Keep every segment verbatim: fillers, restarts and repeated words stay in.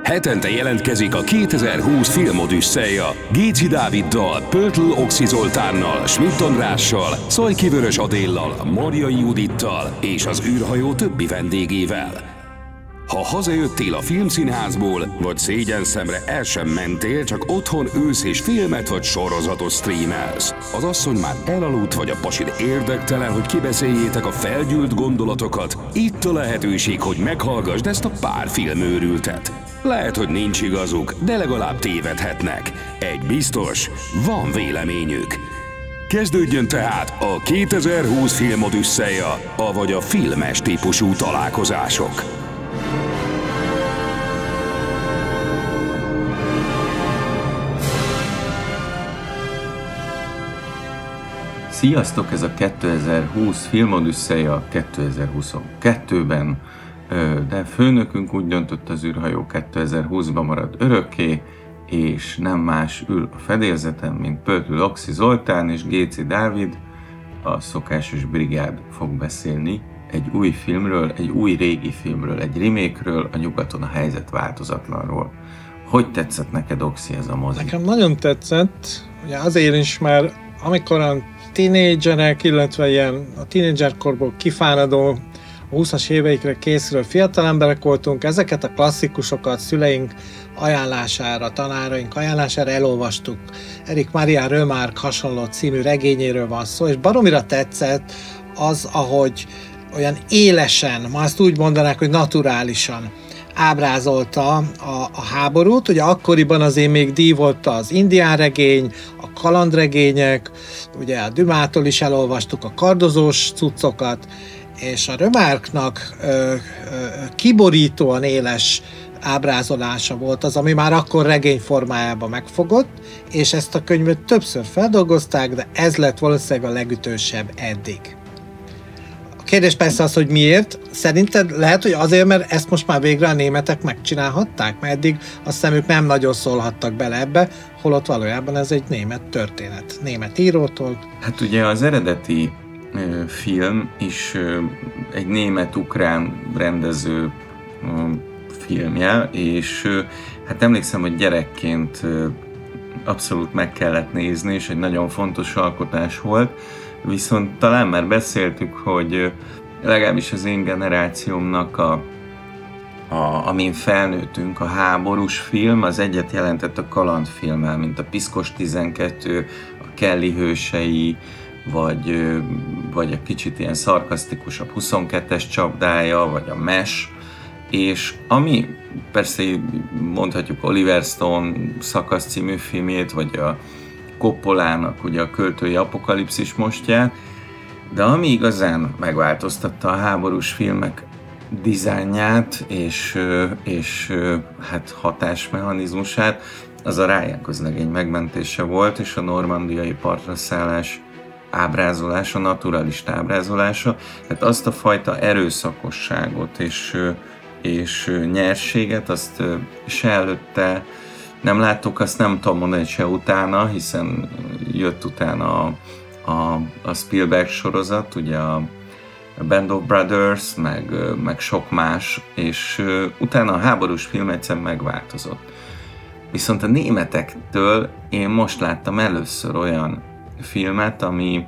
Hetente jelentkezik a kétezer-húsz filmodüsszeja. Géci Dáviddal, Pöltl Oxi Zoltánnal, Schmidt Andrással, Szajki Vörös Adéllal, Marjai Judittal és az űrhajó többi vendégével. Ha hazajöttél a filmszínházból, vagy szégyenszemre el sem mentél, csak otthon ülsz és filmet vagy sorozatot streamelsz. Az asszony már elaludt, vagy a pasid érdektelen, hogy kibeszéljétek a felgyűlt gondolatokat. Itt a lehetőség, hogy meghallgassd ezt a pár filmőrültet. Lehet, hogy nincs igazuk, de legalább tévedhetnek. Egy biztos, van véleményük. Kezdődjön tehát a kétezer-húsz filmodüsszeja, avagy a filmes típusú találkozások. Sziasztok, ez a kétezer-húsz filmodüsszeja kétezer-huszonkettőben, de főnökünk úgy döntött, az űrhajó kétezer-húszban marad örökké, és nem más ül a fedélzeten, mint Pöltl Oxi Zoltán és Géci Dávid. A szokásos brigád fog beszélni egy új filmről, egy új régi filmről, egy remake-ről, a nyugaton a helyzet változatlanról. Hogy tetszett neked, Oxi, ez a mozi? Nekem nagyon tetszett, ugye azért is, mert amikor a tínédzserek, illetve ilyen a tínédzserkorból kifáradó, a húszas éveikre készülő fiatal emberek voltunk, ezeket a klasszikusokat szüleink ajánlására, tanáraink ajánlására elolvastuk. Erik Maria Remarque hasonló című regényéről van szó, és baromira tetszett az, ahogy olyan élesen, ma azt úgy mondanák, hogy naturálisan ábrázolta a, a háborút. Ugye akkoriban azért még dívolta az indián regény, a kalandregények, ugye a Dumától is elolvastuk a kardozós cuccokat, és a Remarque-nak ö, ö, kiborítóan éles ábrázolása volt az, ami már akkor regény formájában megfogott, és ezt a könyvet többször feldolgozták, de ez lett valószínűleg a legütősebb eddig. A kérdés persze az, hogy miért. Szerinted lehet, hogy azért, mert ezt most már végre a németek megcsinálhatták, mert eddig azt hiszem ők nem nagyon szólhattak bele ebbe, holott valójában ez egy német történet, német írótól. Hát ugye az eredeti ö, film is ö, egy német-ukrán rendező ö, filmje, és ö, hát emlékszem, hogy gyerekként ö, abszolút meg kellett nézni, és egy nagyon fontos alkotás volt. Viszont talán már beszéltük, hogy legalábbis az én generációmnak, a, a, amin felnőttünk, a háborús film, az egyet jelentett a kalandfilmmel, mint a Piszkos tizenkettő, a Kelly hősei, vagy, vagy a kicsit ilyen szarkasztikusabb huszonkettes csapdája, vagy a Mesh, és ami persze mondhatjuk Oliver Stone Szakasz című filmét, vagy a Coppolának ugye a Költői Apokalipszis mostját, de ami igazán megváltoztatta a háborús filmek dizájnját és, és hát hatásmechanizmusát, az a Ryan közlegény megmentése volt, és a normandiai partraszállás ábrázolása, naturalista ábrázolása, tehát azt a fajta erőszakosságot és, és nyerséget, azt se előtte nem láttuk, azt nem tudom mondani, se utána, hiszen jött utána a, a, a Spielberg sorozat, ugye a Band of Brothers, meg, meg sok más, és utána a háborús film egyszer megváltozott. Viszont a németektől én most láttam először olyan filmet, ami,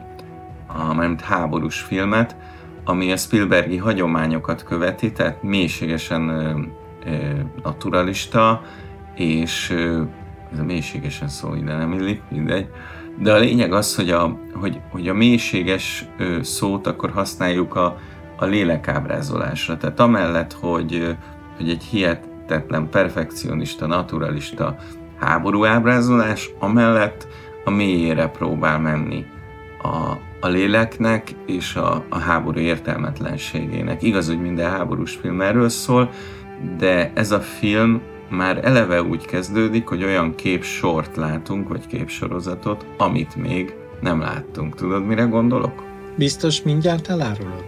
a, háborús filmet, ami a Spielbergi hagyományokat követi, tehát mélységesen ö, ö, naturalista, és ez a mélységesen szó ide nem illik, mindegy. De a lényeg az, hogy a, hogy, hogy a mélységes szót akkor használjuk a, a lélekábrázolásra. Tehát amellett, hogy, hogy egy hihetetlen, perfekcionista, naturalista háborúábrázolás, amellett a mélyére próbál menni a, a léleknek és a, a háború értelmetlenségének. Igaz, hogy minden háborús film erről szól, de ez a film már eleve úgy kezdődik, hogy olyan képsort látunk, vagy képsorozatot, amit még nem láttunk. Tudod, mire gondolok? Biztos mindjárt elárulod?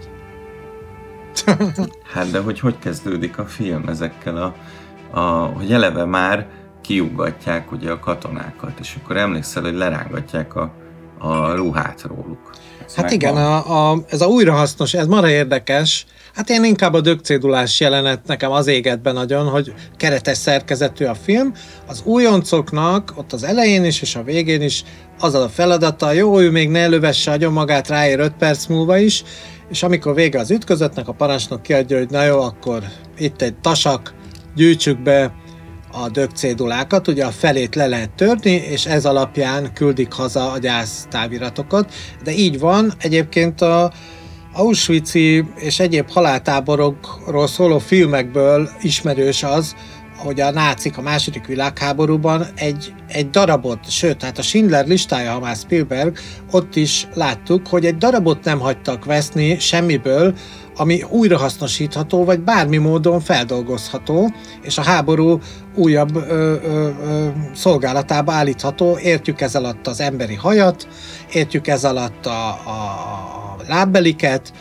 Hát de hogy hogy kezdődik a film ezekkel a, a hogy eleve már kiugatják ugye a katonákat, és akkor emlékszel, hogy lerángatják a, a ruhát róluk. Ez hát megvan. igen, a, a, ez a újrahasznos, ez marha érdekes. Hát én inkább a dögcédulás jelenet nekem az éget be nagyon, hogy keretes szerkezetű a film. Az újoncoknak ott az elején is és a végén is az a feladata, jó, ő még ne lövesse agyon magát, ráér öt perc múlva is, és amikor vége az ütközöttnek, a parancsnok kiadja, hogy na jó, akkor itt egy tasak, gyűjtsük be a dögcédulákat, ugye a felét le lehet törni, és ez alapján küldik haza a gyásztáviratokat, de így van, egyébként a Auschwitz-i és egyéb haláltáborokról szóló filmekből ismerős az, hogy a nácik a második világháborúban egy, egy darabot, sőt, hát a Schindler listája, ha már Spielberg, ott is láttuk, hogy egy darabot nem hagytak veszni semmiből, ami újrahasznosítható, vagy bármi módon feldolgozható, és a háború újabb ö, ö, ö, szolgálatába állítható. Értjük ez alatt az emberi hajat, értjük ez alatt a, a, a lábbeliket,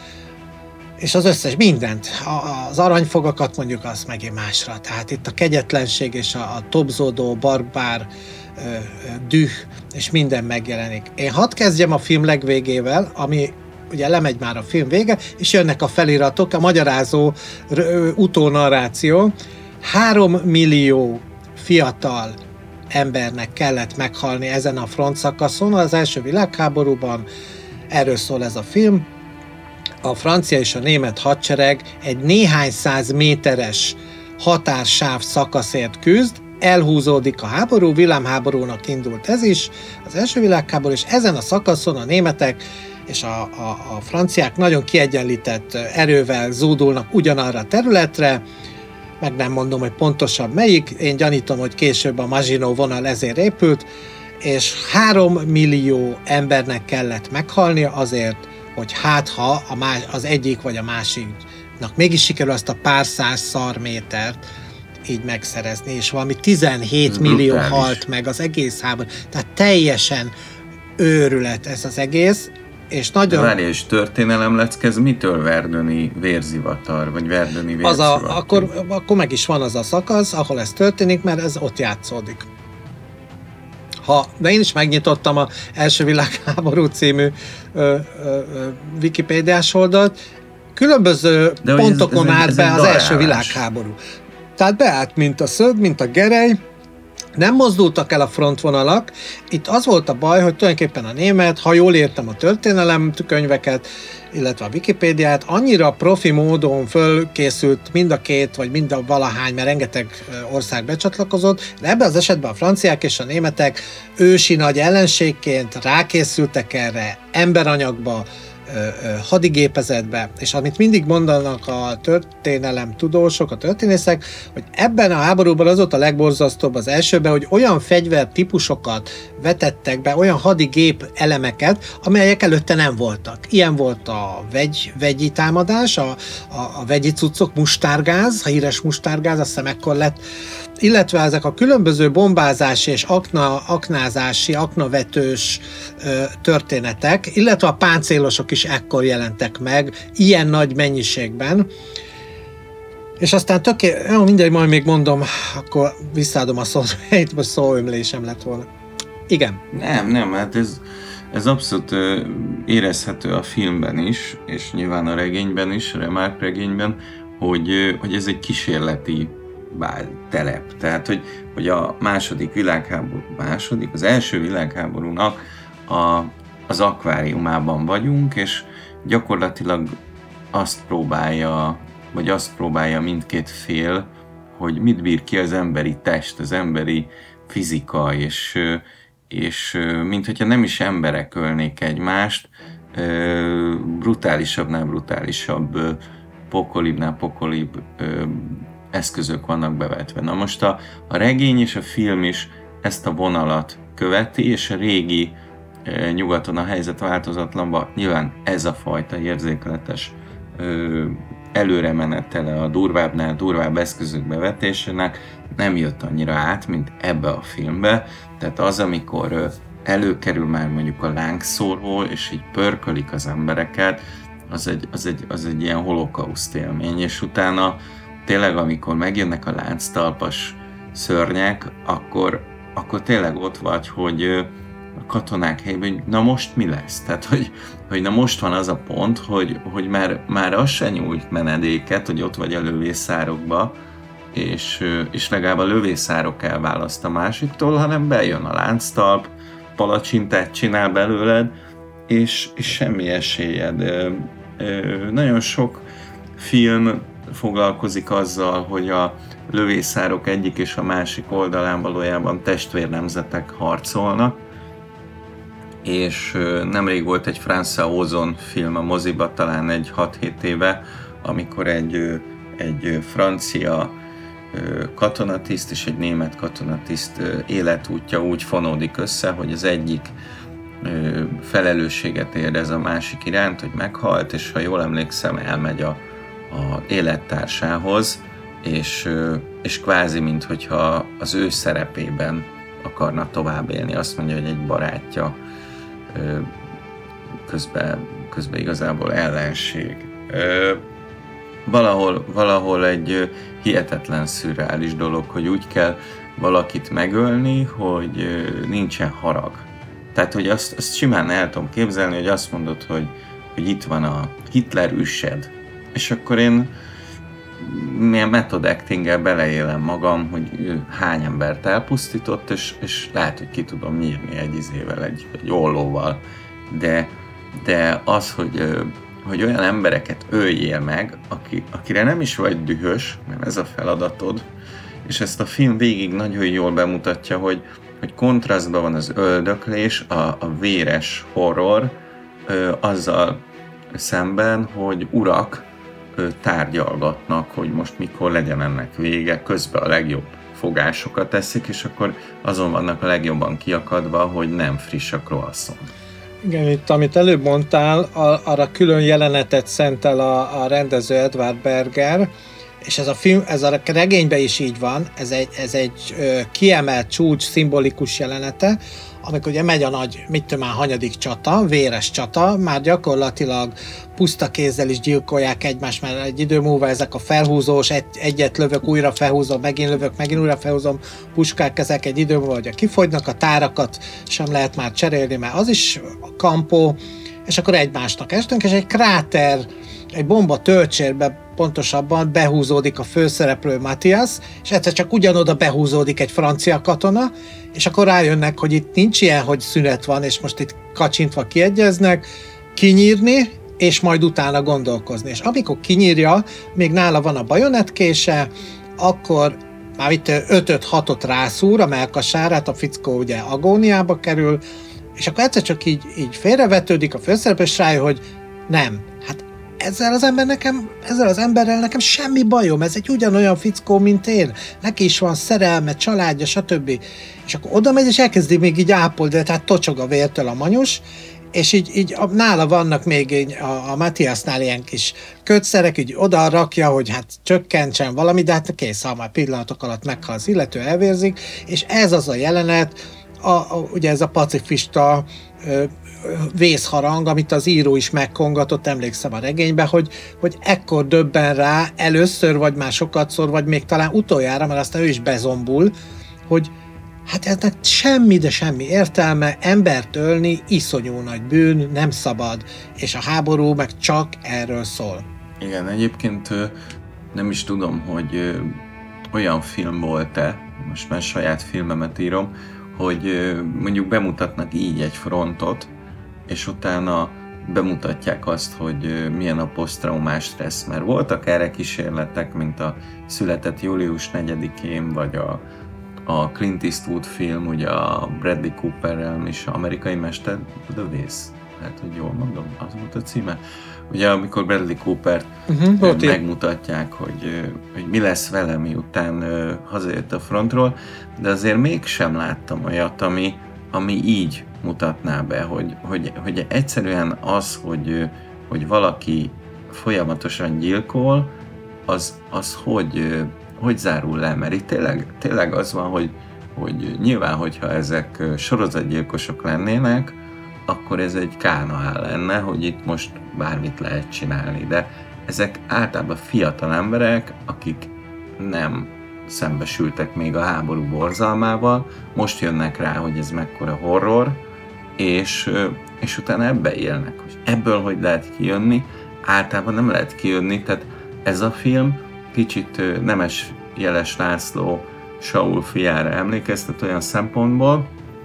és az összes mindent. A, az aranyfogakat mondjuk azt megint másra. Tehát itt a kegyetlenség és a, a tobzódó, barbár ö, ö, düh, és minden megjelenik. Én hadd kezdjem a film legvégével, ami ugye lemegy már a film vége, és jönnek a feliratok, a magyarázó utónarráció. Három millió fiatal embernek kellett meghalni ezen a front szakaszon az első világháborúban. Erről szól ez a film. A francia és a német hadsereg egy néhány száz méteres határsáv szakaszért küzd, elhúzódik a háború, villámháborúnak indult ez is, az első világháború, és ezen a szakaszon a németek és a, a, a franciák nagyon kiegyenlített erővel zúdulnak ugyanarra a területre, meg nem mondom, hogy pontosan melyik, én gyanítom, hogy később a Maginot vonal ezért épült, és három millió embernek kellett meghalnia azért, hogy hát ha a más, az egyik vagy a másiknak mégis sikerül azt a pár száz szarmétert így megszerezni, és valami tizenhét millió halt meg az egész háború. Tehát teljesen őrület ez az egész, és nagyon... De várj, és történelemlecke, ez mitől verdöni vérzivatar, vagy verdöni vérzivatar? Az a, akkor, akkor meg is van az a szakasz, ahol ez történik, mert ez ott játszódik. Ha, de én is megnyitottam az első világháború című ö, ö, ö, Wikipédiás oldalt, különböző de pontokon ez, ez, állt ez be az darálás. első világháború. Tehát beállt, mint a szög, mint a gerej, nem mozdultak el a frontvonalak. Itt az volt a baj, hogy tulajdonképpen a német, ha jól értem a történelem könyveket, illetve a Wikipédiát, annyira profi módon fölkészült mind a két, vagy mind a valahány, mert rengeteg ország becsatlakozott, de ebben az esetben a franciák és a németek ősi nagy ellenségként rákészültek erre emberanyagba, hadigépezetbe, és amit mindig mondanak a történelem tudósok, a történészek, hogy ebben a háborúban az volt a legborzasztóbb az elsőben, hogy olyan fegyvertípusokat vetettek be, olyan hadigép elemeket, amelyek előtte nem voltak. Ilyen volt a vegy, vegyi támadás, a, a, a vegyi cuccok, mustárgáz, a híres mustárgáz, azt hiszem ekkor lett, illetve ezek a különböző bombázási és akna, aknázási, aknavetős ö, történetek, illetve a páncélosok is ekkor jelentek meg, ilyen nagy mennyiségben. És aztán töké... Jó, mindegy, majd még mondom, akkor visszaadom a szót, itt most szóömlésem lett volna. Igen. Nem, nem, hát ez, ez abszolút ö, érezhető a filmben is, és nyilván a regényben is, a Remarque regényben, hogy, ö, hogy ez egy kísérleti bár telep. Tehát, hogy, hogy a második világháború, második, az első világháborúnak a, az akváriumában vagyunk, és gyakorlatilag azt próbálja, vagy azt próbálja mindkét fél, hogy mit bír ki az emberi test, az emberi fizika, és, és mint hogyha nem is emberek ölnék egymást, brutálisabbnál brutálisabb, pokolibbnál pokolibb eszközök vannak bevetve. Na most a, a regény és a film is ezt a vonalat követi, és a régi e, nyugaton a helyzet változatlanban nyilván ez a fajta érzékletes e, előremenetele a durvábbnál durvább eszközök bevetésének nem jött annyira át, mint ebbe a filmbe. Tehát az, amikor e, előkerül már mondjuk a lángszóró, és így pörkölik az embereket, az egy, az egy, az egy ilyen holokauszt élmény, és utána tényleg, amikor megjönnek a lánctalpas szörnyek, akkor, akkor tényleg ott vagy, hogy, a katonák helyében, hogy na most mi lesz? Tehát, hogy, hogy na most van az a pont, hogy, hogy már, már az se nyújt menedéket, hogy ott vagy a lövészárokba, és, és legalább a lövészárok elválaszt a másiktól, hanem bejön a lánctalp, palacsintát csinál belőled, és, és semmi esélyed. Ö, ö, nagyon sok film foglalkozik azzal, hogy a lövészárok egyik és a másik oldalán valójában testvérnemzetek harcolnak, és nemrég volt egy François Ozon film a moziba, talán egy hat-hét éve, amikor egy, egy francia katonatiszt és egy német katonatiszt életútja úgy fonódik össze, hogy az egyik felelősséget érez a másik iránt, hogy meghalt, és ha jól emlékszem, elmegy a, a élettársához, és, és kvázi, minthogyha az ő szerepében akarna tovább élni. Azt mondja, hogy egy barátja közben, közben igazából ellenség. Valahol, valahol egy hihetetlen szürreális dolog, hogy úgy kell valakit megölni, hogy nincsen harag. Tehát, hogy azt, azt simán el tudom képzelni, hogy azt mondod, hogy, hogy itt van a Hitler üssed, és akkor én milyen method actinggel beleélem magam, hogy ő hány embert elpusztított, és, és lehet, hogy ki tudom nyírni egy izével, egy, egy ollóval. De, de az, hogy, hogy olyan embereket öljél meg, aki, akire nem is vagy dühös, mert ez a feladatod, és ezt a film végig nagyon jól bemutatja, hogy, hogy kontrasztban van az öldöklés, a, a véres horror, ö, azzal szemben, hogy urak ö, tárgyalgatnak, hogy most mikor legyen ennek vége, közben a legjobb fogásokat teszik, és akkor azon vannak a legjobban kiakadva, hogy nem friss a croissant. Igen, itt amit előbb mondtál, a, arra külön jelenetet szentel a, a rendező Edward Berger, és ez a film, ez a regényben is így van, ez egy, ez egy ö, kiemelt csúcs, szimbolikus jelenete, amikor ugye megy a nagy, mit tudom már, hanyadik csata, véres csata, már gyakorlatilag puszta kézzel is gyilkolják egymást, mert egy idő múlva ezek a felhúzós, egy, egyet lövök, újra felhúzom, megint lövök, megint újra felhúzom, puskák ezek egy idő múlva, hogy kifogynak, a tárakat sem lehet már cserélni, mert az is kampó, és akkor egymásnak estünk, és egy kráter, egy bomba töltsérbe pontosabban behúzódik a főszereplő Matthias, és egyszer csak ugyanoda behúzódik egy francia katona, és akkor rájönnek, hogy itt nincs ilyen, hogy szünet van, és most itt kacsintva kiegyeznek, kinyírni, és majd utána gondolkozni. És amikor kinyírja, még nála van a bajonettkése, akkor már itt öt-öt-hatot rászúr a mellkasárát, a fickó ugye agóniába kerül, és akkor egyszer csak így, így félrevetődik a főszereplő, és rájön, hogy nem, hát ezzel az ember nekem, ezzel az emberrel nekem semmi bajom, ez egy ugyanolyan fickó, mint én. Neki is van szerelme, családja, stb. És akkor oda megy, és elkezdi még így ápolni, de tehát tocsog a vértől a manyus, és így, így nála vannak még így a, a Matthiasnál ilyen kis kötszerek, így oda rakja, hogy hát csökkentsen valami, de hát kész, ha már pillanatok alatt meghal az illető, elvérzik, és ez az a jelenet, a, a, ugye ez a pacifista ö, vészharang, amit az író is megkongatott, emlékszem a regényben, hogy, hogy ekkor döbben rá először, vagy már sokatszor, vagy még talán utoljára, mert aztán ő is bezombul, hogy hát ennek semmi, de semmi értelme, embert ölni iszonyú nagy bűn, nem szabad, és a háború meg csak erről szól. Igen, egyébként nem is tudom, hogy olyan film volt-e, most már saját filmemet írom, hogy mondjuk bemutatnak így egy frontot, és utána bemutatják azt, hogy milyen a posztraumás stressz, mert voltak erre kísérletek, mint a Született július negyedikén, vagy a, a Clint Eastwood film, ugye a Bradley Cooperrel és Amerikai Mesterlövész, lehet, hogy jól mondom, az volt a címe. Ugye amikor Bradley Coopert uh-huh, megmutatják, hogy, hogy mi lesz vele, miután hazajött a frontról, de azért mégsem láttam olyat, ami, ami így mutatná be, hogy, hogy, hogy egyszerűen az, hogy, hogy valaki folyamatosan gyilkol, az, az hogy, hogy zárul le, mert itt tényleg, tényleg az van, hogy, hogy nyilván, hogyha ezek sorozatgyilkosok lennének, akkor ez egy kánaál lenne, hogy itt most bármit lehet csinálni, de ezek általában fiatal emberek, akik nem szembesültek még a háború borzalmával, most jönnek rá, hogy ez mekkora horror, és, és utána ebbe élnek. Ebből hogy lehet kijönni? Általában nem lehet kijönni, tehát ez a film kicsit Nemes Jeles László Saul fiára emlékeztet olyan szempontból,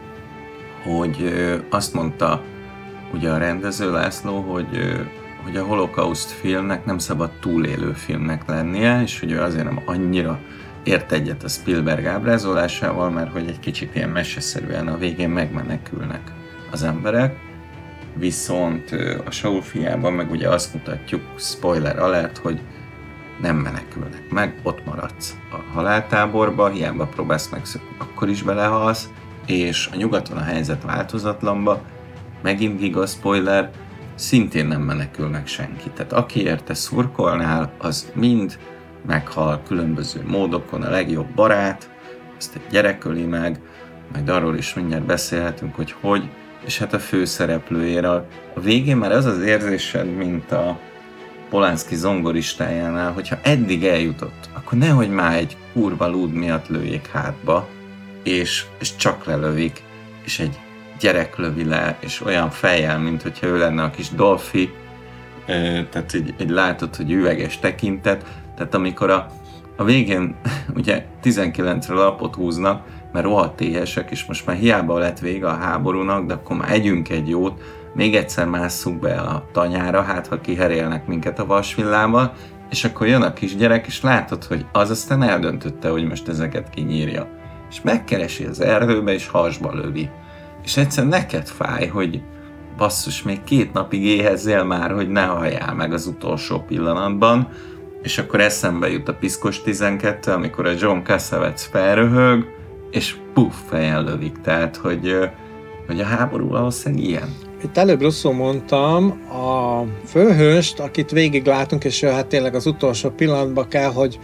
hogy azt mondta ugye a rendező László, hogy, hogy a holokauszt filmnek nem szabad túlélő filmnek lennie, és hogy ő azért nem annyira ért egyet a Spielberg ábrázolásával, mert hogy egy kicsit ilyen meseszerűen a végén megmenekülnek az emberek. Viszont a Saul fiában meg ugye azt mutatjuk, spoiler alert, hogy nem menekülnek meg, ott maradsz a haláltáborba, hiába próbálsz megszökni, akkor is belehalsz, és a nyugaton a helyzet változatlanba, megint giga spoiler, szintén nem menekül meg senki. Tehát aki érte szurkolnál, az mind meghal különböző módokon, a legjobb barát, ezt egy gyerek öli meg, majd arról is mindjárt beszélhetünk, hogy hogy, és hát a főszereplőjére. A végén már az az érzésed, mint a Polanski zongoristájánál, hogyha eddig eljutott, akkor nehogy már egy kurva lúd miatt lőjék hátba, és, és csak lelövik, és egy gyerek lövi le, és olyan fejjel, mint hogyha ő lenne a kis Dolphy, tehát egy, egy látod, hogy üveges tekintet, tehát amikor a, a végén ugye tizenkilencre lapot húznak, mert rohadt éhesek, és most már hiába lett vége a háborúnak, de akkor már együnk egy jót, még egyszer másszunk be a tanyára, hát ha kiherélnek minket a vasvillával, és akkor jön a kisgyerek, és látod, hogy az aztán eldöntötte, hogy most ezeket kinyírja. És megkeresi az erdőbe, és hasba lövi. És egyszer neked fáj, hogy basszus, még két napig éhezzél már, hogy ne halljál meg az utolsó pillanatban, és akkor eszembe jut a Piszkos tizenkettő, amikor a John Cassavetes felröhög, és puff, fejen lövik. Tehát, hogy, hogy a háború valószínűleg ilyen. Itt előbb rosszul mondtam, a főhőst, akit végig látunk, és ő hát tényleg az utolsó pillanatban kell, hogy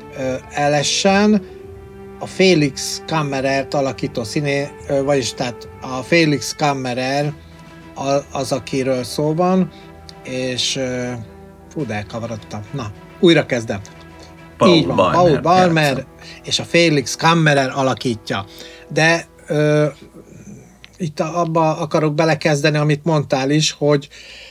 elessen, a Félix Kammerert alakító színé, vagyis tehát a Félix Kammerer az, akiről szó van, és fú, de elkavarodtam. Na, újra kezdem. Paul Így van, Balmer, Paul Balmer és a Félix Kammerer alakítja. De ö, itt abba akarok belekezdeni, amit mondtál is, hogy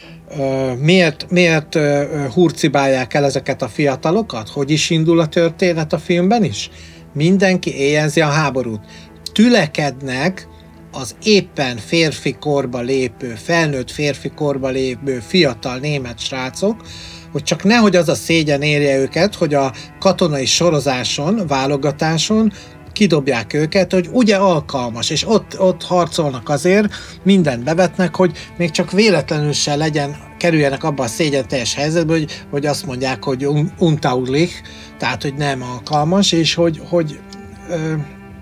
ö, miért, miért ö, hurcibálják el ezeket a fiatalokat? Hogy is indul a történet a filmben is? Mindenki éjjelzi a háborút. Tülekednek az éppen férfi korba lépő, felnőtt férfi korba lépő fiatal német srácok, hogy csak nehogy az a szégyen érje őket, hogy a katonai sorozáson, válogatáson kidobják őket, hogy ugye alkalmas, és ott, ott harcolnak azért, mindent bevetnek, hogy még csak véletlenül se legyen, kerüljenek abba a szégyen teljes helyzetbe, hogy, hogy azt mondják, hogy untauglich, tehát, hogy nem alkalmas, és hogy, hogy ö,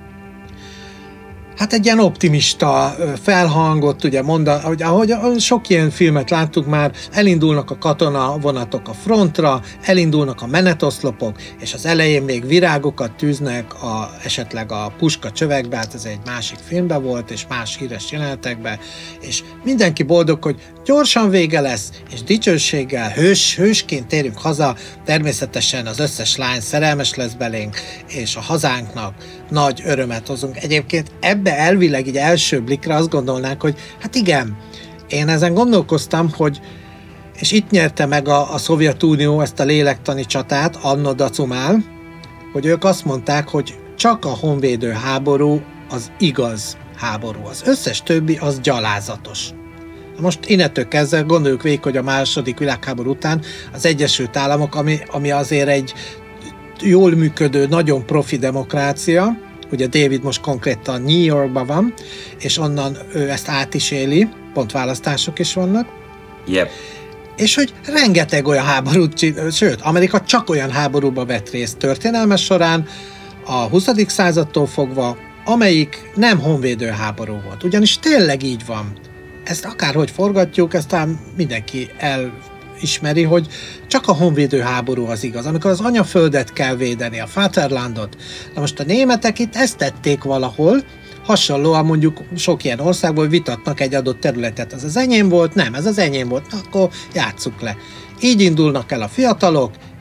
hát egy ilyen optimista felhangot ugye mondan, hogy ahogy sok ilyen filmet láttuk már, elindulnak a katona vonatok a frontra, elindulnak a menetoszlopok, és az elején még virágokat tűznek a, esetleg a puska csövekbe, hát ez egy másik filmben volt, és más híres jelenetekben, és mindenki boldog, hogy gyorsan vége lesz, és dicsőséggel, hős, hősként térünk haza, természetesen az összes lány szerelmes lesz belénk, és a hazánknak nagy örömet hozunk. Egyébként ebbe elvileg így első blikre azt gondolnánk, hogy hát igen, én ezen gondolkoztam, hogy és itt nyerte meg a, a Szovjetunió ezt a lélektani csatát, anno dacumál, hogy ők azt mondták, hogy csak a honvédő háború az igaz háború. Az összes többi az gyalázatos. Most innentől kezdve gondoljuk végig, hogy a második világháború után az Egyesült Államok, ami, ami azért egy jól működő, nagyon profi demokrácia, ugye David most konkrétan New Yorkban van, és onnan ő ezt át is éli, pont választások is vannak. Yep. És hogy rengeteg olyan háborút csinál, sőt, Amerika csak olyan háborúba vett részt történelme során, a huszadik századtól fogva, amelyik nem honvédő háború volt. Ugyanis tényleg így van. Ezt akárhogy forgatjuk, aztán mindenki elismeri, hogy csak a honvédő háború az igaz, amikor az anyaföldet kell védeni, a Vaterlandot. Na most a németek itt ezt tették valahol, hasonlóan mondjuk sok ilyen országból vitatnak egy adott területet. Ez az enyém volt? Nem, ez az enyém volt. Na, akkor játsszuk le. Így indulnak el a fiatalok,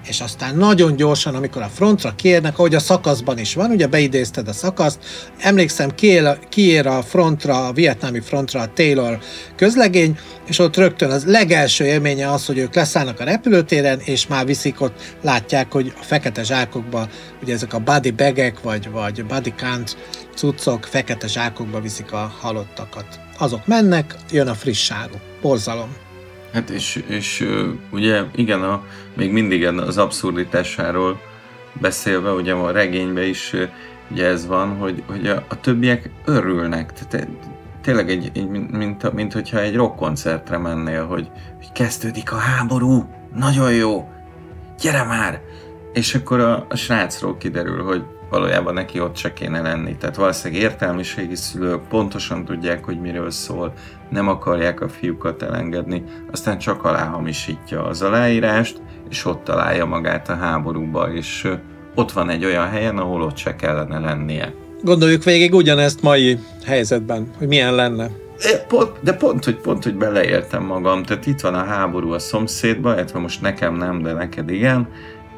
és aztán nagyon gyorsan, amikor a frontra kiérnek, ahogy a szakaszban is van, ugye beidézted a szakaszt, emlékszem, kiér, kiér a frontra, a vietnámi frontra a Taylor közlegény, és ott rögtön az legelső élménye az, hogy ők leszállnak a repülőtéren, és már viszik ott, látják, hogy a fekete zsákokba, ugye ezek a body bagek, vagy, vagy body count cuccok, fekete zsákokba viszik a halottakat. Azok mennek, jön a friss áru. Borzalom. Hát és, és ugye igen, a, még mindig az abszurditásáról beszélve, ugye a regényben is ugye ez van, hogy, hogy a, a többiek örülnek. Tehát tényleg egy, egy, mint, mint hogyha egy rockkoncertre mennél, hogy, hogy kezdődik a háború, nagyon jó, gyere már! És akkor a, a srácról kiderül, hogy valójában neki ott se kéne lenni. Tehát valószínűleg értelmiségi szülők pontosan tudják, hogy miről szól, nem akarják a fiúkat elengedni, aztán csak aláhamisítja az aláírást, és ott találja magát a háborúba, és ott van egy olyan helyen, ahol ott se kellene lennie. Gondoljuk végig ugyanezt mai helyzetben, hogy milyen lenne. Pont, de pont, hogy pont, hogy beleéltem magam, tehát itt van a háború a szomszédban, illetve most nekem nem, de neked igen,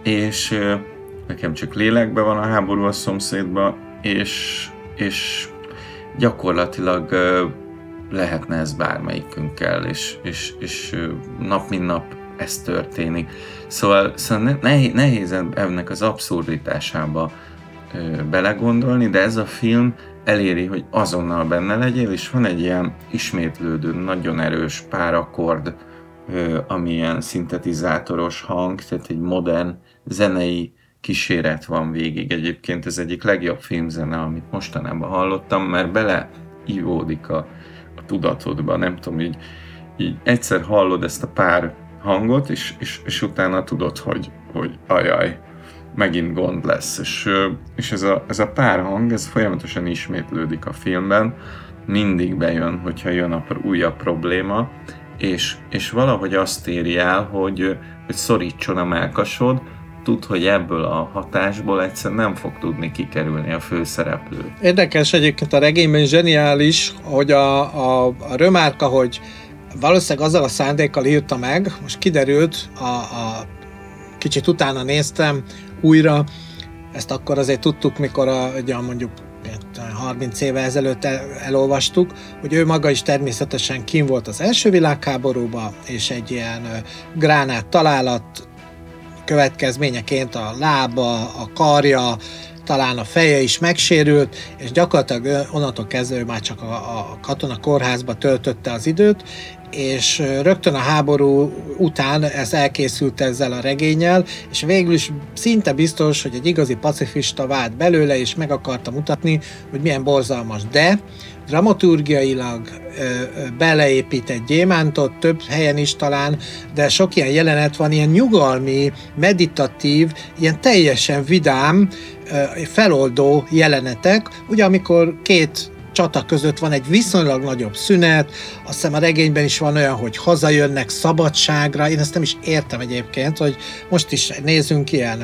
és nekem csak lélekben van a háború a szomszédban, és, és gyakorlatilag lehetne ez bármelyikünkkel, és, és, és nap mint nap ez történik. Szóval, szóval nehéz, nehéz ennek az abszurditásába belegondolni, de ez a film eléri, hogy azonnal benne legyél, és van egy ilyen ismétlődő, nagyon erős pár akkord, ami ilyen szintetizátoros hang, tehát egy modern zenei kíséret van végig. Egyébként ez egyik legjobb filmzene, amit mostanában hallottam, mert beleívódik a, a tudatodba, nem tudom, így, így egyszer hallod ezt a pár hangot, és, és, és utána tudod, hogy, hogy ajaj, megint gond lesz. És, és ez, a, ez a pár hang, ez folyamatosan ismétlődik a filmben, mindig bejön, hogyha jön a újabb probléma, és, és valahogy azt éri el, hogy, hogy szorítson a melkasod, tud, hogy ebből a hatásból egyszer nem fog tudni kikerülni a főszereplő. Érdekes egyébként a regényben zseniális, hogy a, a, a Remarque, hogy valószínűleg azzal a szándékkal írta meg, most kiderült, a, a kicsit utána néztem újra, ezt akkor azért tudtuk, mikor a, ugye mondjuk harminc éve ezelőtt el, elolvastuk, hogy ő maga is természetesen kín volt az első világháborúban, és egy ilyen gránát találat következményeként a lába, a karja, talán a feje is megsérült, és gyakorlatilag onnantól kezdve már csak a, a katonakórházba töltötte az időt, és rögtön a háború után ez elkészült ezzel a regénnyel, és végül is szinte biztos, hogy egy igazi pacifista vált belőle, és meg akarta mutatni, hogy milyen borzalmas. De dramaturgiailag ö, ö, beleépít egy gyémántot, több helyen is talán, de sok ilyen jelenet van, ilyen nyugalmi, meditatív, ilyen teljesen vidám, ö, feloldó jelenetek, ugye amikor két csata között van egy viszonylag nagyobb szünet, azt hiszem a regényben is van olyan, hogy hazajönnek szabadságra, én ezt nem is értem egyébként, hogy most is nézzünk ilyen,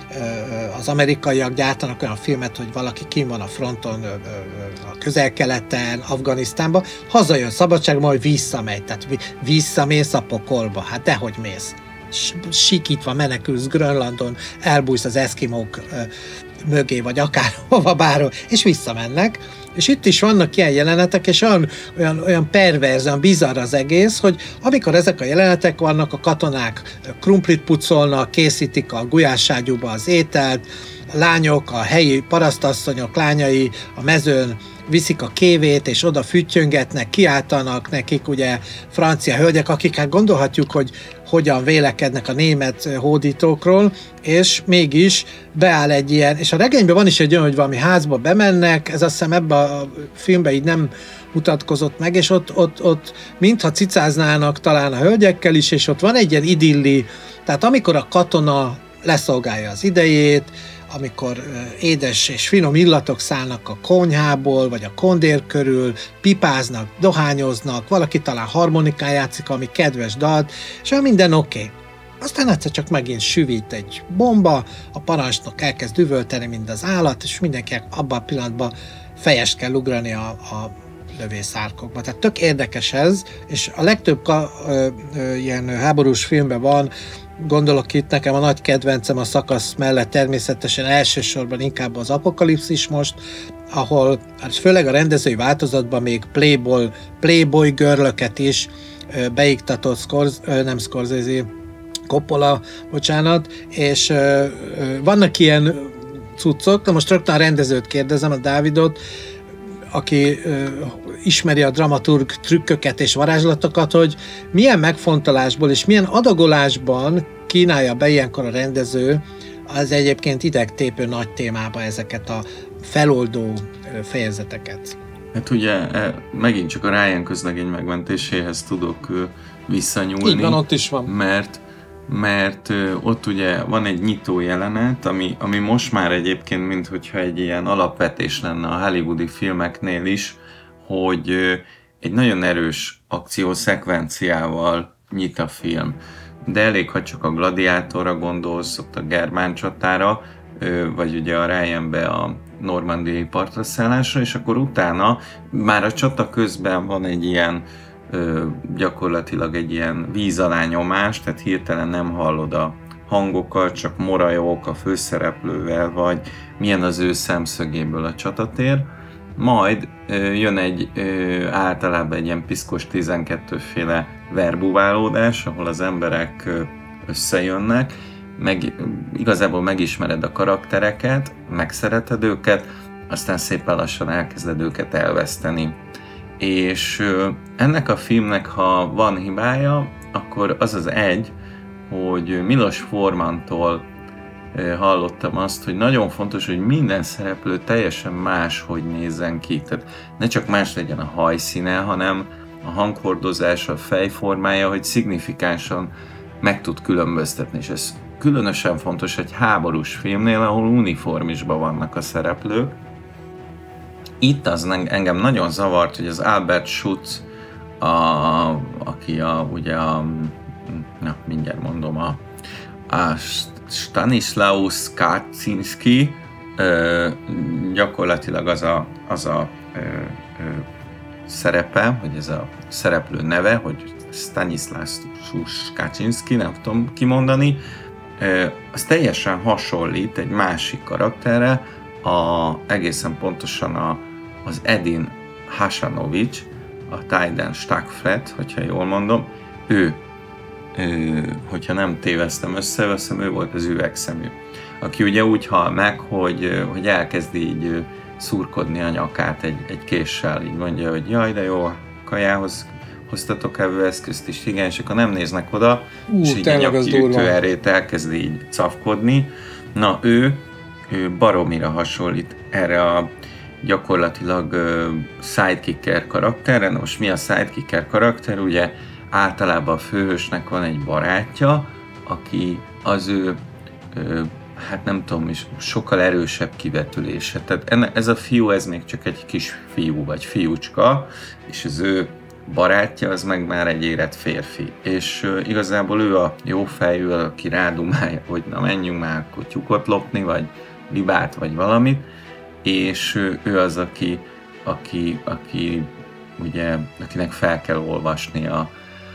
az amerikaiak gyártanak olyan filmet, hogy valaki kín van a fronton, a Közel-Keleten, Afganisztánban, hazajön szabadságra, majd visszamegy, tehát visszamész a pokolba, hát dehogy mész. Sikítva menekülsz Grönlandon, elbújsz az eszkimók mögé, vagy akárhova bárhol, és visszamennek. És itt is vannak ilyen jelenetek, és olyan, olyan, olyan perverz, olyan bizarr az egész, hogy amikor ezek a jelenetek vannak, a katonák krumplit pucolnak, készítik a gulyáságyúba az ételt, a lányok, a helyi parasztasszonyok lányai a mezőn viszik a kévét, és oda füttyöngetnek, kiáltanak nekik ugye francia hölgyek, akik hát gondolhatjuk, hogy hogyan vélekednek a német hódítókról, és mégis beáll egy ilyen, és a regényben van is egy olyan, hogy valami házba bemennek, ez azt hiszem ebben a filmben így nem mutatkozott meg, és ott, ott, ott mintha cicáznának talán a hölgyekkel is, és ott van egy ilyen idilli, tehát amikor a katona leszolgálja az idejét, amikor édes és finom illatok szállnak a konyhából, vagy a kondér körül, pipáznak, dohányoznak, valaki talán harmonikán játszik, ami kedves dalt, és olyan minden oké. Okay. Aztán egyszer csak megint süvít egy bomba, a parancsnok elkezd üvölteni, mint az állat, és mindenki abban a pillanatban fejest kell ugrani a, a lövészárkokba. Tehát tök érdekes ez, és a legtöbb ka, ö, ö, ilyen háborús filmben van, gondolok itt, nekem a nagy kedvencem a szakasz mellett természetesen elsősorban inkább az Apokalipszis most, ahol hát főleg a rendezői változatban még Playboy, Playboy girlöket is beiktatott Scorsese, nem Scorsese, Coppola, bocsánat, és ö, ö, vannak ilyen cuccok, de most rögtön a rendezőt kérdezem, a Dávidot, aki ö, ismeri a dramaturg trükköket és varázslatokat, hogy milyen megfontolásból és milyen adagolásban kínálja be ilyenkor a rendező az egyébként idegtépő nagy témába ezeket a feloldó fejezeteket. Hát ugye megint csak a Ryan közlegény megmentéséhez tudok visszanyúlni. Így van, ott is van. Mert, mert ott ugye van egy nyitó jelenet, ami, ami most már egyébként, minthogyha egy ilyen alapvetés lenne a hollywoodi filmeknél is, hogy egy nagyon erős akciószekvenciával nyit a film. De elég, ha csak a Gladiátorra gondolsz, ott a germán csatára, vagy ugye a Ryanbe a normandiai partraszállásra, és akkor utána már a csata közben van egy ilyen gyakorlatilag egy ilyen víz alá nyomás, tehát hirtelen nem hallod a hangokat, csak morajok a főszereplővel, vagy milyen az ő szemszögéből a csatatér. Majd jön egy általában egy ilyen piszkos tizenkettő féle verbuválódás, ahol az emberek összejönnek, meg, igazából megismered a karaktereket, megszereted őket, aztán szépen lassan elkezded őket elveszteni. És ennek a filmnek, ha van hibája, akkor az az egy, hogy Milos Formantól hallottam azt, hogy nagyon fontos, hogy minden szereplő teljesen más, hogy nézzen ki. Tehát ne csak más legyen a hajszíne, hanem a hanghordozása, a fejformája, hogy szignifikánsan meg tud különböztetni. És ez különösen fontos egy háborús filmnél, ahol uniformisban vannak a szereplők. Itt az engem nagyon zavart, hogy az Albert Schutz, a, aki a, ugye a, na, mindjárt mondom, a, a Stanislaus Kaczynski, ö, gyakorlatilag az a, az a ö, ö, szerepe, vagy ez a szereplő neve, hogy Stanislaus Kaczynski, nem tudom kimondani, ö, az teljesen hasonlít egy másik karakterre, a, egészen pontosan a, az Edin Hasanovic, a Tayden Stockflet, hogyha jól mondom, ő, ő, hogyha nem téveztem össze, veszem, ő volt az üvegszemű, aki ugye úgy hal meg, hogy, hogy elkezd így szurkodni a nyakát egy, egy késsel, így mondja, hogy jaj, de jó, kajához hoztatok evőeszközt is, igen, és akkor nem néznek oda, Ú, és így a nyaki ütőerét elkezd így cafkodni. Na, ő, ő baromira hasonlít erre a gyakorlatilag uh, sidekicker karakterre. Most mi a sidekicker karakter? Ugye általában a főhősnek van egy barátja, aki az ő, uh, hát nem tudom is, sokkal erősebb kivetülése. Tehát enne, ez a fiú, ez még csak egy kis fiú, vagy fiúcska, és az ő barátja az meg már egy érett férfi. És uh, igazából ő a jó fejű, aki rádumálja, hogy na menjünk már akkor tyúkot lopni, vagy libát, vagy valamit, és uh, ő az, aki, aki, aki ugye, akinek fel kell olvasni a,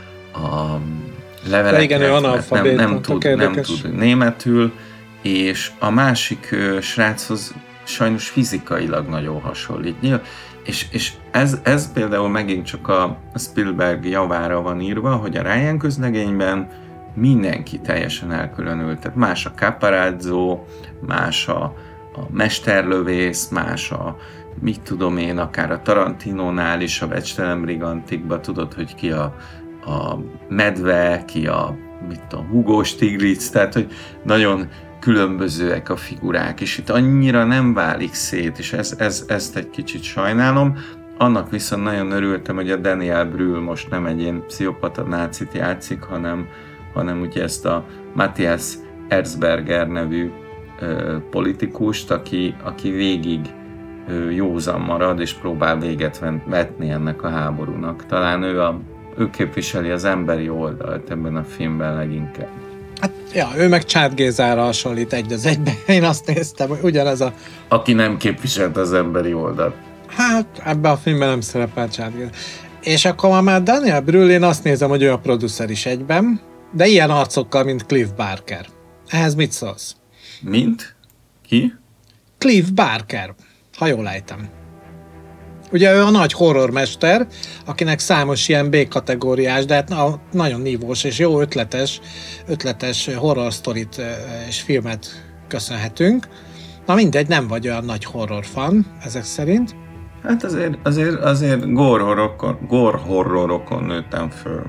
a leveleket, igen, ő nem, nem, tud, nem tud németül, és a másik uh, sráchoz sajnos fizikailag nagyon hasonlít. És, és ez, ez például megint csak a Spielberg javára van írva, hogy a Ryan közlegényben mindenki teljesen elkülönült. Tehát más a Caparazzo, más a, a mesterlövész, más a, mit tudom én, akár a Tarantinónál is, a Becstelen Brigantikban tudod, hogy ki a, a medve, ki a, mit tudom, Hugo Stiglitz, tehát hogy nagyon különbözőek a figurák, és itt annyira nem válik szét, és ez, ez, ezt egy kicsit sajnálom. Annak viszont nagyon örültem, hogy a Daniel Brühl most nem egy ilyen pszichopata nácit játszik, hanem, hanem ugye ezt a Matthias Erzberger nevű ö, politikust, aki, aki végig ö, józan marad, és próbál véget vetni ennek a háborúnak. Talán ő, a, ő képviseli az emberi oldalt ebben a filmben leginkább. Hát, ja, ő meg Csát Gézára hasonlít egy az egyben. Én azt néztem, hogy ugyanez a... Aki nem képviselt az emberi oldalt. Hát, ebben a filmben nem szerepel Csát Géza. És akkor már Daniel Brühl, én azt nézem, hogy ő a producer is egyben. de ilyen arcokkal, mint Cliff Barker. Ehhez mit szólsz? Mint? Ki? Cliff Barker, ha jól ejtem. Ugye ő a nagy horrormester, akinek számos ilyen B-kategóriás, de hát na, nagyon nívós és jó ötletes, ötletes horror sztorit és filmet köszönhetünk. Na mindegy, nem vagy olyan nagy horror fan, ezek szerint. Hát azért, azért, azért gore horrorokon, gore horrorokon nőttem föl.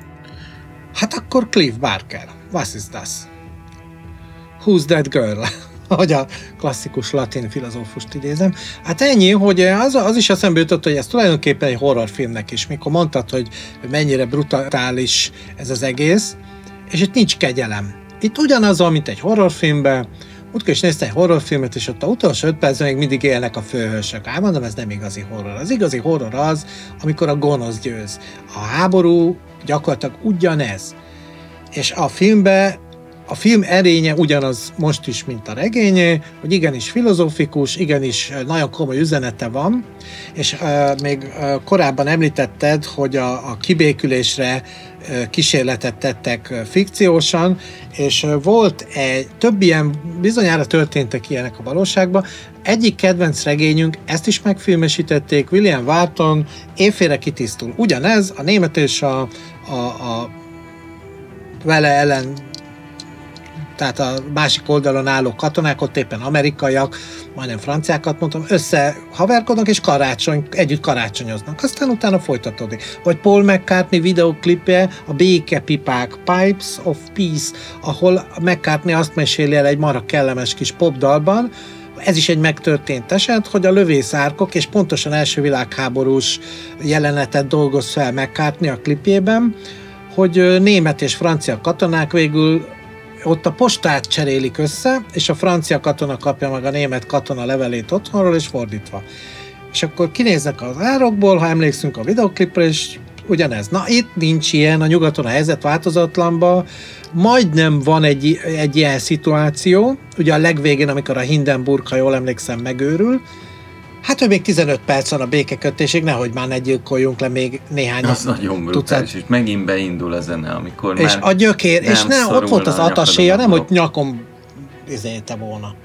Hát akkor Cliff Barker. Was is das? Who's that girl? Ahogy a klasszikus latin filozófust idézem. Hát ennyi, hogy az, az is eszembe jutott, hogy ez tulajdonképpen egy horrorfilmnek is, mikor mondtad, hogy mennyire brutális ez az egész, és itt nincs kegyelem. Itt ugyanaz van, mint egy horrorfilmben, útkor is néztem egy horrorfilmet, és ott a utolsó öt percben még mindig élnek a főhősök. Ám mondom, ez nem igazi horror. Az igazi horror az, amikor a gonosz győz. A háború gyakorlatilag ugyanez. És a filmben a film erénye ugyanaz most is, mint a regényé, hogy igenis filozófikus, igenis nagyon komoly üzenete van, és uh, még uh, korábban említetted, hogy a, a kibékülésre uh, kísérletet tettek uh, fikciósan, és uh, volt egy, több ilyen, bizonyára történtek ilyenek a valóságban. Egyik kedvenc regényünk, ezt is megfilmesítették, William Wharton, Éjfélre kitisztul. Ugyanez, a német és a, a, a vele ellen, tehát a másik oldalon álló katonák, ott éppen amerikaiak, majdnem franciákat mondtam, összehaverkodnak és karácsony, együtt karácsonyoznak. Aztán utána folytatódik. Vagy Paul McCartney videoklipje, a Békepipák, Pipes of Peace, ahol McCartney azt meséli el egy marha kellemes kis popdalban, ez is egy megtörtént eset, hogy a lövészárkok, és pontosan első világháborús jelenetet dolgoz fel McCartney a klipjében, hogy német és francia katonák végül ott a postát cserélik össze, és a francia katona kapja meg a német katona levelét otthonról, és fordítva. És akkor kinéznek az árokból, ha emlékszünk a videoklipre, és ugyanez. Na, itt nincs ilyen, a nyugaton a helyzet változatlanban, majdnem van egy, egy ilyen szituáció, ugye a legvégén, amikor a Hindenburg, ha jól emlékszem, megőrül, hát, hogy még tizenöt perc van a békekötésig, nehogy már ne gyilkoljunk le még néhány. Az nagyon brutális, és megint beindul a zene, amikor és már a gyökér, és ne, ott volt az ataséja, nem, hogy nyakom izélte volna.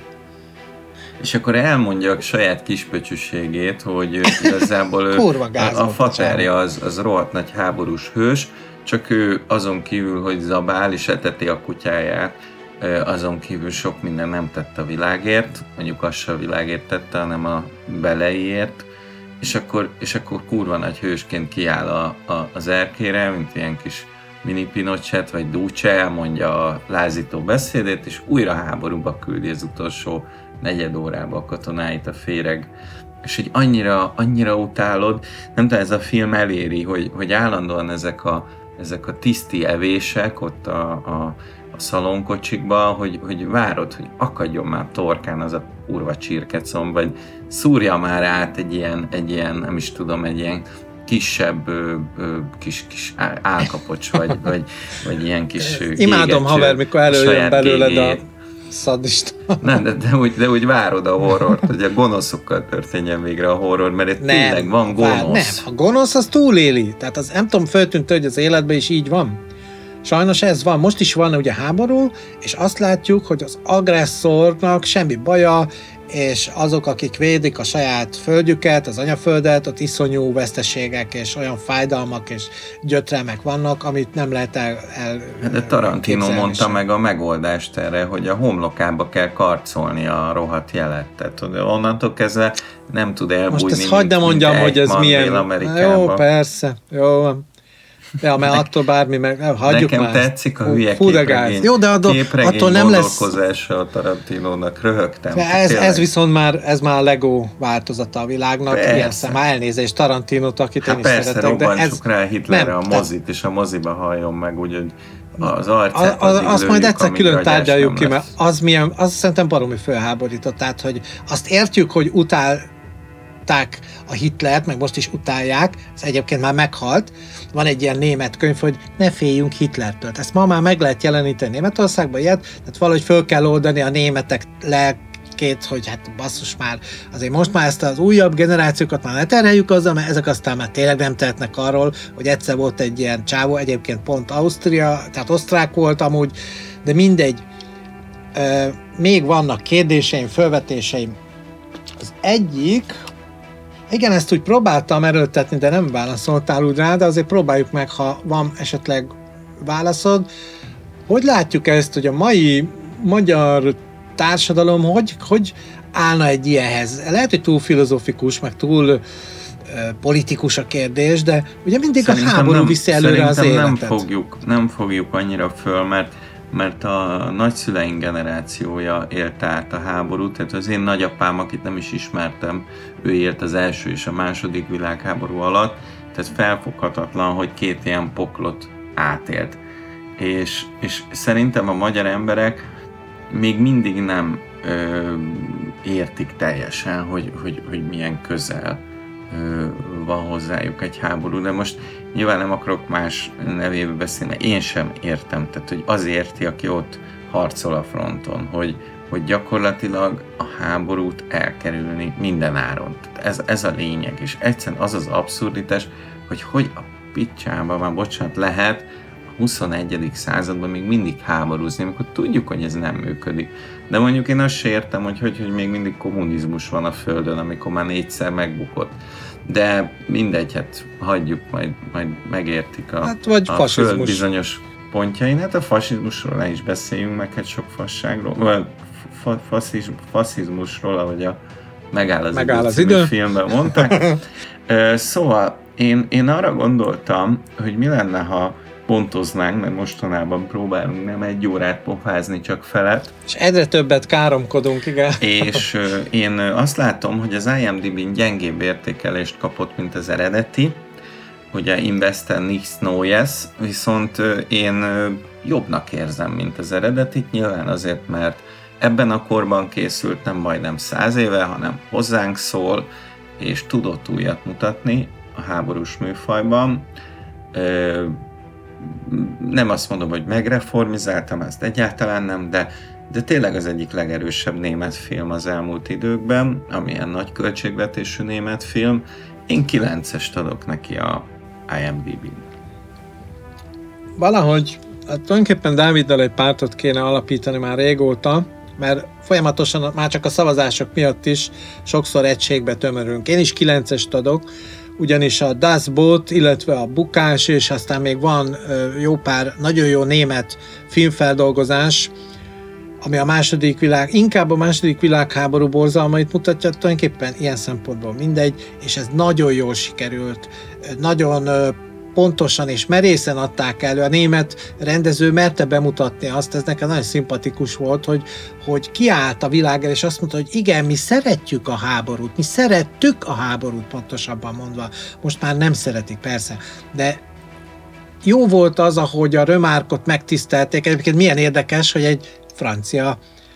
És akkor elmondja a saját kispöcsűségét, hogy igazából ő, a, a faterja az, az rohadt nagy háborús hős, csak ő azon kívül, hogy zabál és eteti a kutyáját, azon kívül sok minden nem tett a világért, mondjuk azt se a világért tette, hanem a beleiért, és akkor, és akkor kurva nagy hősként kiáll a, a, az erkére, mint ilyen kis mini Pinochet vagy Duce, elmondja a lázító beszédét, és újra háborúba küldi az utolsó negyed órába a katonáit a féreg. És hogy annyira, annyira utálod, nem tudom, ez a film eléri, hogy, hogy állandóan ezek a, ezek a tiszti evések ott a, a a szalonkocsikba, hogy, hogy várod, hogy akadjon már torkán az a kurva csirkecom, vagy szúrja már át egy ilyen, egy ilyen, nem is tudom, egy ilyen kisebb ö, ö, kis, kis álkapocs, vagy, vagy, vagy ilyen kis imádom, haver, mikor előjön belőled a szadista. Nem, de, de, úgy, de úgy várod a horrort, hogy a gonoszokkal történjen végre a horror, mert itt tényleg van gonosz. Vár, nem, a gonosz az túléli. Tehát az, nem tudom, föltűnt, hogy az életben is így van. Sajnos ez van. Most is van ugye háború, és azt látjuk, hogy az agresszornak semmi baja, és azok, akik védik a saját földjüket, az anyaföldet, ott iszonyú veszteségek és olyan fájdalmak és gyötrelmek vannak, amit nem lehet el, el De Tarantino mondta sem. meg a megoldást erre, hogy a homlokába kell karcolni a rohadt jelet. Tehát onnantól kezdve nem tud elbújni. Most ezt hagyd ne mondjam, hogy ez milyen... Jó, persze. Jó, ja, mert attól bármi meg... Hagyjuk Nekem már. tetszik a hülye képregény, Jó, de attól, attól nem lesz... gondolkozása a Tarantinónak, röhögtem. Ez, ez viszont már, ez már a Lego változata a világnak. Persze. Ilyen szem, elnézést Tarantinót, akit hát én is persze, szeretek. De ez... rá Hitlerre nem, a mozit, és a moziba halljon meg, úgyhogy az arcát a, a, azt majd egyszer külön tárgyaljuk ki, mert lesz. az, milyen, az szerintem baromi fölháborított. Tehát, hogy azt értjük, hogy utál a Hitlert, meg most is utálják, ez egyébként már meghalt. Van egy ilyen német könyv, hogy ne féljünk Hitlertől. Ezt ma már meg lehet jeleníteni Németországban ilyet, tehát valahogy föl kell oldani a németek lelk lelkét, hogy hát basszus már, azért most már ezt az újabb generációkat már ne terheljük azzal, mert ezek aztán már tényleg nem tehetnek arról, hogy egyszer volt egy ilyen csávó, egyébként pont Ausztria, tehát osztrák volt amúgy, de mindegy. Uh, még vannak kérdéseim, felvetéseim. Az egyik, igen, ezt úgy próbáltam erőltetni, de nem válaszoltál úgy rá, de azért próbáljuk meg, ha van esetleg válaszod. Hogy látjuk ezt, hogy a mai magyar társadalom hogy, hogy állna egy ilyenhez? Lehet, hogy túl filozófikus, meg túl uh, politikus a kérdés, de ugye mindig szerintem a háború nem, viszi előre az életet. Nem fogjuk, nem fogjuk annyira föl, mert mert a nagyszüleink generációja élte át a háborút, tehát az én nagyapám, akit nem is ismertem, ő élt az első és a második világháború alatt, tehát felfoghatatlan, hogy két ilyen poklot átélt. És, és szerintem a magyar emberek még mindig nem ö, értik teljesen, hogy, hogy, hogy milyen közel ö, van hozzájuk egy háború, de most nyilván nem akarok más nevébe beszélni, mert én sem értem, tehát hogy az érti, aki ott harcol a fronton, hogy, hogy gyakorlatilag a háborút elkerülni minden áron. Tehát ez, ez a lényeg, és egyszerűen az az abszurditás, hogy hogy a picsában, már bocsánat, lehet a huszonegyedik században még mindig háborúzni, amikor tudjuk, hogy ez nem működik. De mondjuk én azt se értem, hogy, hogy, hogy még mindig kommunizmus van a Földön, amikor már négyszer megbukott. De mindegy, hát hagyjuk, majd, majd megértik a, hát vagy a Föld bizonyos pontjain. Hát a fasizmusról ne is beszéljünk, meg hát sok fasságról, vagy fa, fasziz, faszizmusról, ahogy a Megáll az, Megáll az idő, idő filmben mondták. Szóval én, én arra gondoltam, hogy mi lenne, ha pontoznánk, mert mostanában próbálunk nem egy órát pofázni, csak felet. És egyre többet káromkodunk, igen. És uh, én azt látom, hogy az IMDb-n gyengébb értékelést kapott, mint az eredeti. Ugye Investen Nichts Neues, viszont uh, én uh, jobbnak érzem, mint az eredetit, nyilván azért, mert ebben a korban készült, nem majdnem száz éve, hanem hozzánk szól, és tudott újat mutatni a háborús műfajban. Uh, nem azt mondom, hogy megreformizáltam, ezt egyáltalán nem, de, de tényleg az egyik legerősebb német film az elmúlt időkben, amilyen nagy költségvetésű német film. Én kilencest adok neki a IMDb-n. Valahogy, hát tulajdonképpen Dáviddal egy pártot kéne alapítani már régóta, mert folyamatosan már csak a szavazások miatt is sokszor egységbe tömörünk. Én is kilencest adok, ugyanis a Das Boot, illetve a Bukás, és aztán még van jó pár nagyon jó német filmfeldolgozás, ami a második világ, inkább a második világháború borzalmait mutatja, tulajdonképpen ilyen szempontból mindegy, és ez nagyon jól sikerült, nagyon pontosan és merészen adták elő. A német rendező merte bemutatni azt, ez nekem nagyon szimpatikus volt, hogy, hogy kiállt a világ el, és azt mondta, hogy igen, mi szeretjük a háborút, mi szerettük a háborút, pontosabban mondva. Most már nem szeretik, persze, de jó volt az, ahogy a Remarque-ot megtisztelték. Egyébként milyen érdekes, hogy egy francia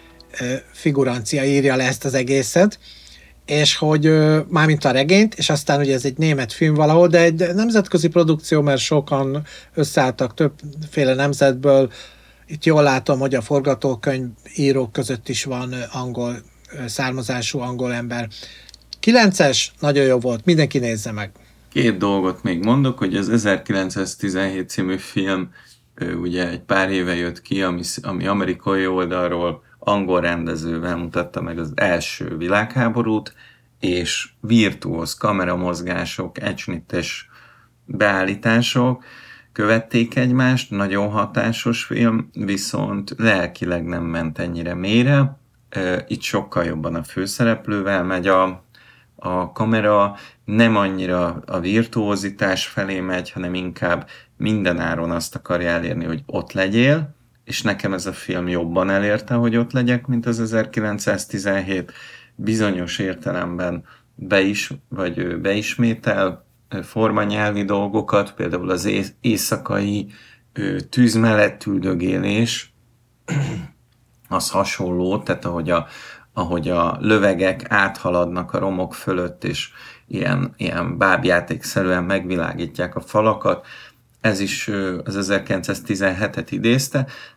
figurancia írja le ezt az egészet, és hogy mármint a regényt, és aztán ugye ez egy német film valahol, de egy nemzetközi produkció, mert sokan összeálltak többféle nemzetből. Itt jól látom, hogy a forgatókönyv írók között is van angol származású angol ember. kilences, nagyon jó volt, mindenki nézze meg. Két dolgot még mondok, hogy az ezerkilencszáztizenhét című film ugye egy pár éve jött ki, ami, ami amerikai oldalról angol rendezővel mutatta meg az első világháborút, és virtuóz kameramozgások, egysnittes beállítások követték egymást, nagyon hatásos film, viszont lelkileg nem ment ennyire mélyre. Itt sokkal jobban a főszereplővel megy a, a kamera, nem annyira a virtuózitás felé megy, hanem inkább mindenáron azt akarja elérni, hogy ott legyél, és nekem ez a film jobban elérte, hogy ott legyek, mint az ezerkilencszáztizenhét. Bizonyos értelemben beis, vagy beismétel formanyelvi dolgokat, például az éjszakai tűz mellett üldögélés, az hasonló, tehát ahogy a, ahogy a lövegek áthaladnak a romok fölött, és ilyen, ilyen bábjátékszerűen megvilágítják a falakat, ez is az ezerkilencszáztizenhetet idézte,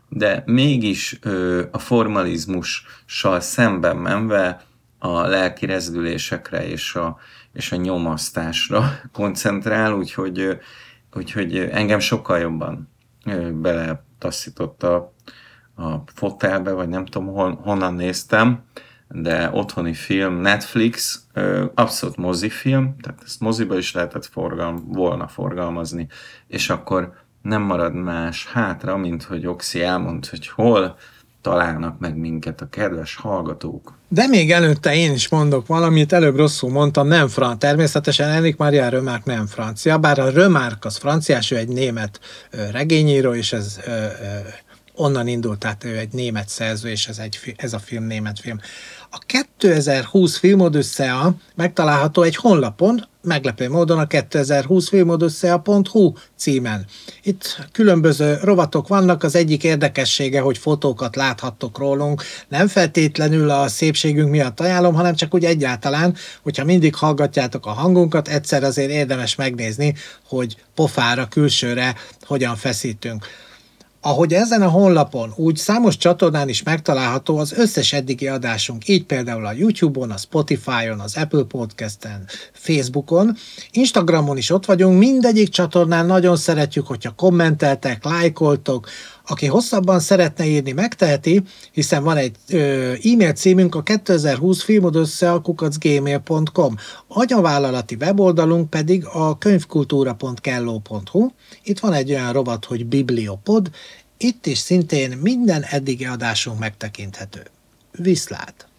de mégis ö, a formalizmussal szemben menve a lelki rezdülésekre és a, és a nyomasztásra koncentrál, úgyhogy, úgyhogy engem sokkal jobban bele taszított a, a fotelbe, vagy nem tudom hon, honnan néztem, de otthoni film, Netflix, abszolút mozifilm, tehát ezt moziba is lehetett forgalm, volna forgalmazni, és akkor nem marad más hátra, mint hogy Oxi elmond, hogy hol találnak meg minket a kedves hallgatók. De még előtte én is mondok valamit, előbb rosszul mondtam, nem francia. Természetesen Enric Maria Remarque nem francia, bár a Remarque az franciás, ő egy német regényíró, és ez ö, ö, onnan indult, tehát ő egy német szerző, és ez, egy, ez a film német film. A kétezer-húsz Filmodüsszea megtalálható egy honlapon, meglepő módon a kétezer-húsz filmodüsszea pont hu címen. Itt különböző rovatok vannak, az egyik érdekessége, hogy fotókat láthattok rólunk, nem feltétlenül a szépségünk miatt ajánlom, hanem csak úgy egyáltalán, hogyha mindig hallgatjátok a hangunkat, egyszer azért érdemes megnézni, hogy pofára, külsőre hogyan feszítünk. Ahogy ezen a honlapon, úgy számos csatornán is megtalálható az összes eddigi adásunk, így például a YouTube-on, a Spotify-on, az Apple Podcast-en, Facebookon, Instagramon is ott vagyunk, mindegyik csatornán nagyon szeretjük, hogyha kommenteltek, lájkoltok, aki hosszabban szeretne írni, megteheti, hiszen van egy ö, e-mail címünk, a kétezer-húsz filmodüsszea kukac gmail pont com. Anyavállalati weboldalunk pedig a könyvkultúra pont kelló pont hu. Itt van egy olyan rovat, hogy Bibliopod, itt is szintén minden eddigi adásunk megtekinthető. Viszlát!